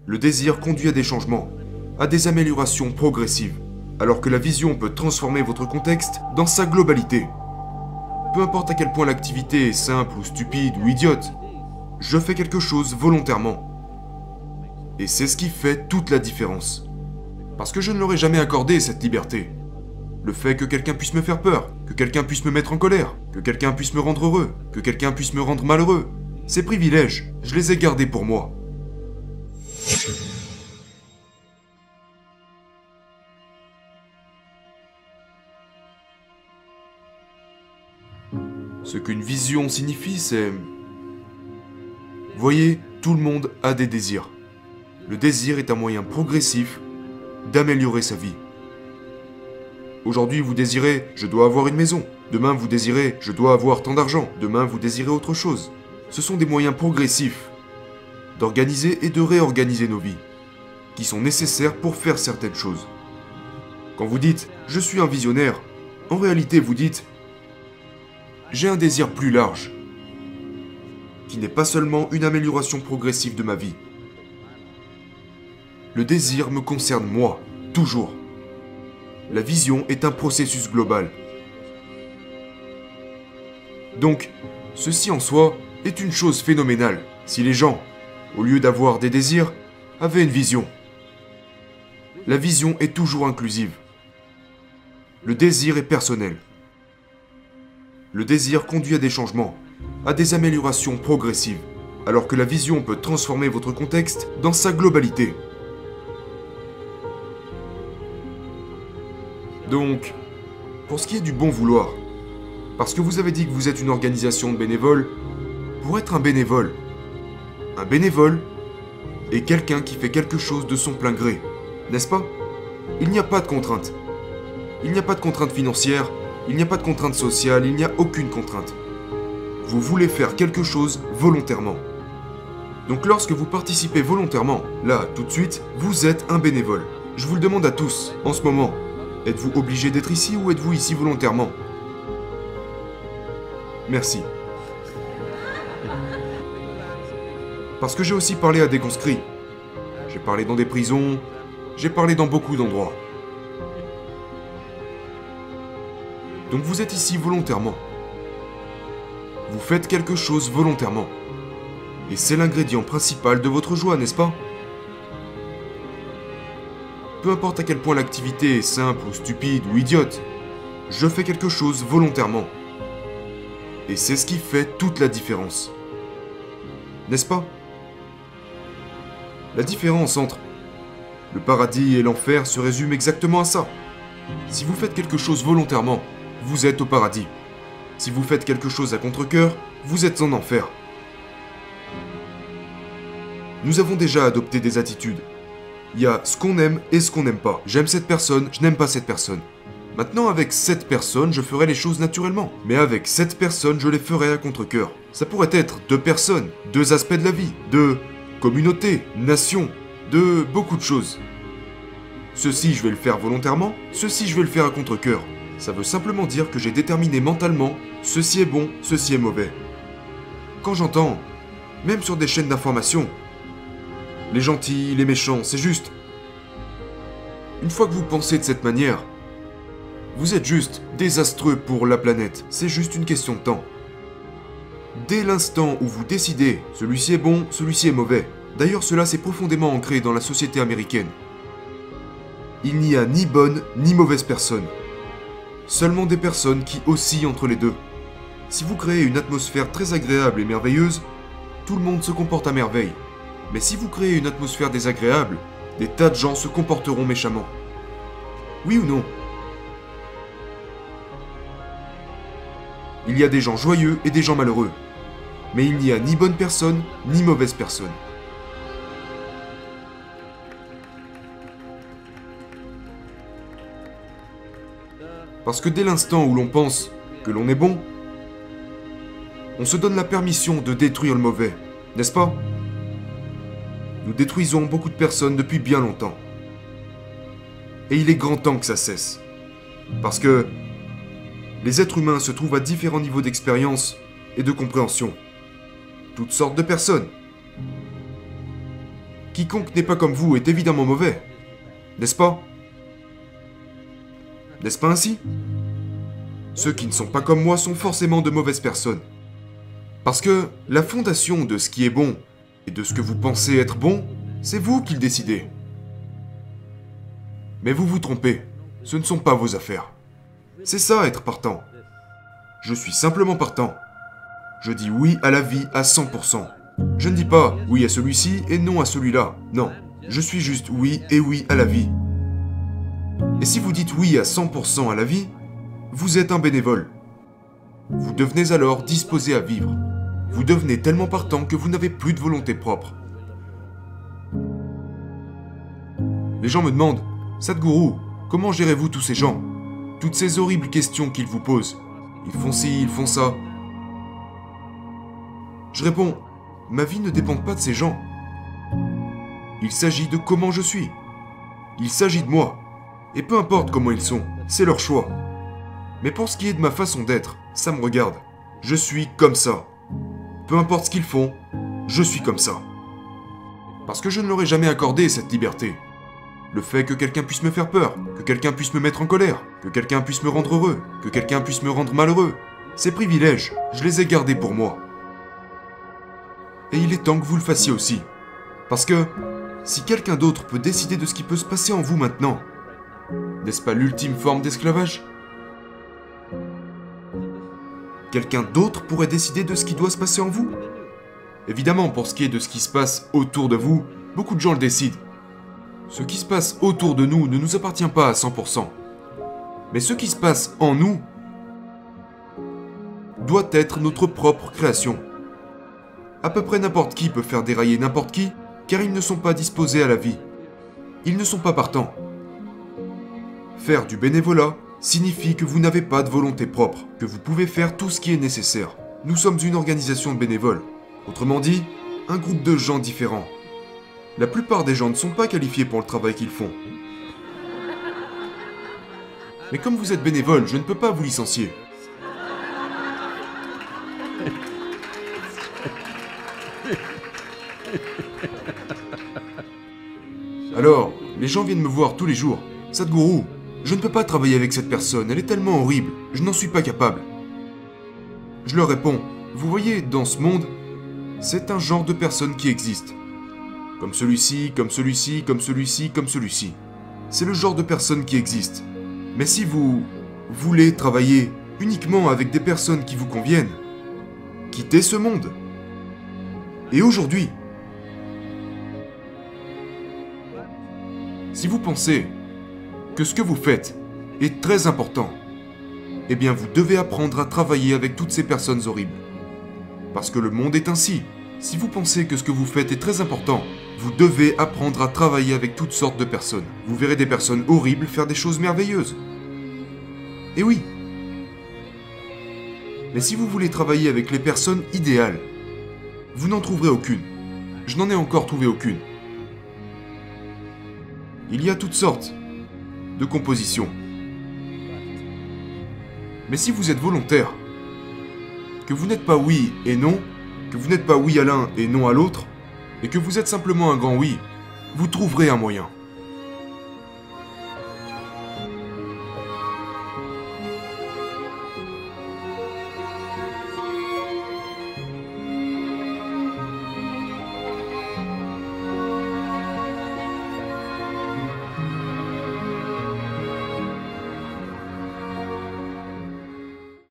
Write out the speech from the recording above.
Le désir conduit à des changements, à des améliorations progressives, alors que la vision peut transformer votre contexte dans sa globalité. Peu importe à quel point l'activité est simple ou stupide ou idiote, je fais quelque chose volontairement. Et c'est ce qui fait toute la différence. Parce que je ne leur ai jamais accordé cette liberté. Le fait que quelqu'un puisse me faire peur, que quelqu'un puisse me mettre en colère, que quelqu'un puisse me rendre heureux, que quelqu'un puisse me rendre malheureux, ces privilèges, je les ai gardés pour moi. Ce qu'une vision signifie, c'est... Voyez, tout le monde a des désirs. Le désir est un moyen progressif d'améliorer sa vie. Aujourd'hui, vous désirez « je dois avoir une maison ». Demain, vous désirez « je dois avoir tant d'argent ». Demain, vous désirez autre chose. Ce sont des moyens progressifs d'organiser et de réorganiser nos vies, qui sont nécessaires pour faire certaines choses. Quand vous dites « je suis un visionnaire », en réalité, vous dites « j'ai un désir plus large », qui n'est pas seulement une amélioration progressive de ma vie. Le désir me concerne moi, toujours. La vision est un processus global. Donc, ceci en soi est une chose phénoménale si les gens, au lieu d'avoir des désirs, avaient une vision. La vision est toujours inclusive. Le désir est personnel. Le désir conduit à des changements, à des améliorations progressives, alors que la vision peut transformer votre contexte dans sa globalité. Donc, pour ce qui est du bon vouloir, parce que vous avez dit que vous êtes une organisation de bénévoles, pour être un bénévole est quelqu'un qui fait quelque chose de son plein gré, n'est-ce pas? Il n'y a pas de contrainte. Il n'y a pas de contrainte financière, il n'y a pas de contrainte sociale, il n'y a aucune contrainte. Vous voulez faire quelque chose volontairement. Donc lorsque vous participez volontairement, là, tout de suite, vous êtes un bénévole. Je vous le demande à tous, en ce moment. Êtes-vous obligé d'être ici ou êtes-vous ici volontairement? Merci. Parce que j'ai aussi parlé à des conscrits. J'ai parlé dans des prisons, j'ai parlé dans beaucoup d'endroits. Donc vous êtes ici volontairement. Vous faites quelque chose volontairement. Et c'est l'ingrédient principal de votre joie, n'est-ce pas? Peu importe à quel point l'activité est simple ou stupide ou idiote, je fais quelque chose volontairement. Et c'est ce qui fait toute la différence. N'est-ce pas? La différence entre le paradis et l'enfer se résume exactement à ça. Si vous faites quelque chose volontairement, vous êtes au paradis. Si vous faites quelque chose à contre-cœur, vous êtes en enfer. Nous avons déjà adopté des attitudes. Il y a ce qu'on aime et ce qu'on n'aime pas. J'aime cette personne, je n'aime pas cette personne. Maintenant, avec cette personne, je ferai les choses naturellement. Mais avec cette personne, je les ferai à contre-cœur. Ça pourrait être deux personnes, deux aspects de la vie, de communauté, nation, de beaucoup de choses. Ceci, je vais le faire volontairement, ceci, je vais le faire à contre-cœur. Ça veut simplement dire que j'ai déterminé mentalement, ceci est bon, ceci est mauvais. Quand j'entends, même sur des chaînes d'information, les gentils, les méchants, c'est juste. Une fois que vous pensez de cette manière, vous êtes juste désastreux pour la planète. C'est juste une question de temps. Dès l'instant où vous décidez, celui-ci est bon, celui-ci est mauvais. D'ailleurs, cela s'est profondément ancré dans la société américaine. Il n'y a ni bonne ni mauvaise personne. Seulement des personnes qui oscillent entre les deux. Si vous créez une atmosphère très agréable et merveilleuse, tout le monde se comporte à merveille. Mais si vous créez une atmosphère désagréable, des tas de gens se comporteront méchamment. Oui ou non? Il y a des gens joyeux et des gens malheureux. Mais il n'y a ni bonne personne, ni mauvaise personne. Parce que dès l'instant où l'on pense que l'on est bon, on se donne la permission de détruire le mauvais, n'est-ce pas? Nous détruisons beaucoup de personnes depuis bien longtemps. Et il est grand temps que ça cesse. Parce que les êtres humains se trouvent à différents niveaux d'expérience et de compréhension. Toutes sortes de personnes Quiconque n'est pas comme vous est évidemment mauvais. N'est-ce pas? N'est-ce pas ainsi? Ceux qui ne sont pas comme moi sont forcément de mauvaises personnes. Parce que la fondation de ce qui est bon et de ce que vous pensez être bon, c'est vous qui le décidez. Mais vous vous trompez, ce ne sont pas vos affaires. C'est ça être partant. Je suis simplement partant. Je dis oui à la vie à 100%. Je ne dis pas oui à celui-ci et non à celui-là. Non, je suis juste oui et oui à la vie. Et si vous dites oui à 100% à la vie, vous êtes un bénévole. Vous devenez alors disposé à vivre. Vous devenez tellement partant que vous n'avez plus de volonté propre. Les gens me demandent, Sadhguru, comment gérez-vous tous ces gens? Toutes ces horribles questions qu'ils vous posent. Ils font ci, ils font ça. Je réponds, ma vie ne dépend pas de ces gens. Il s'agit de comment je suis. Il s'agit de moi. Et peu importe comment ils sont, c'est leur choix. Mais pour ce qui est de ma façon d'être, ça me regarde. Je suis comme ça. Peu importe ce qu'ils font, je suis comme ça. Parce que je ne leur ai jamais accordé cette liberté. Le fait que quelqu'un puisse me faire peur, que quelqu'un puisse me mettre en colère, que quelqu'un puisse me rendre heureux, que quelqu'un puisse me rendre malheureux, ces privilèges, je les ai gardés pour moi. Et il est temps que vous le fassiez aussi. Parce que, si quelqu'un d'autre peut décider de ce qui peut se passer en vous maintenant, n'est-ce pas l'ultime forme d'esclavage? Quelqu'un d'autre pourrait décider de ce qui doit se passer en vous? Évidemment, pour ce qui est de ce qui se passe autour de vous, beaucoup de gens le décident. Ce qui se passe autour de nous ne nous appartient pas à 100%. Mais ce qui se passe en nous doit être notre propre création. À peu près n'importe qui peut faire dérailler n'importe qui, car ils ne sont pas disposés à la vie. Ils ne sont pas partants. Faire du bénévolat signifie que vous n'avez pas de volonté propre, que vous pouvez faire tout ce qui est nécessaire. Nous sommes une organisation de bénévoles. Autrement dit, un groupe de gens différents. La plupart des gens ne sont pas qualifiés pour le travail qu'ils font. Mais comme vous êtes bénévole, je ne peux pas vous licencier. Alors, les gens viennent me voir tous les jours. Sadhguru, je ne peux pas travailler avec cette personne, elle est tellement horrible, je n'en suis pas capable. Je leur réponds, vous voyez, dans ce monde, c'est un genre de personne qui existe. Comme celui-ci, comme celui-ci, comme celui-ci, comme celui-ci. C'est le genre de personne qui existe. Mais si vous voulez travailler uniquement avec des personnes qui vous conviennent, quittez ce monde. Et aujourd'hui, si vous pensez que ce que vous faites est très important, eh bien vous devez apprendre à travailler avec toutes ces personnes horribles. Parce que le monde est ainsi. Si vous pensez que ce que vous faites est très important, vous devez apprendre à travailler avec toutes sortes de personnes. Vous verrez des personnes horribles faire des choses merveilleuses. Et oui. Mais si vous voulez travailler avec les personnes idéales, vous n'en trouverez aucune. Je n'en ai encore trouvé aucune. Il y a toutes sortes de compositions. Mais si vous êtes volontaire, que vous n'êtes pas oui et non, que vous n'êtes pas oui à l'un et non à l'autre, et que vous êtes simplement un grand oui, vous trouverez un moyen.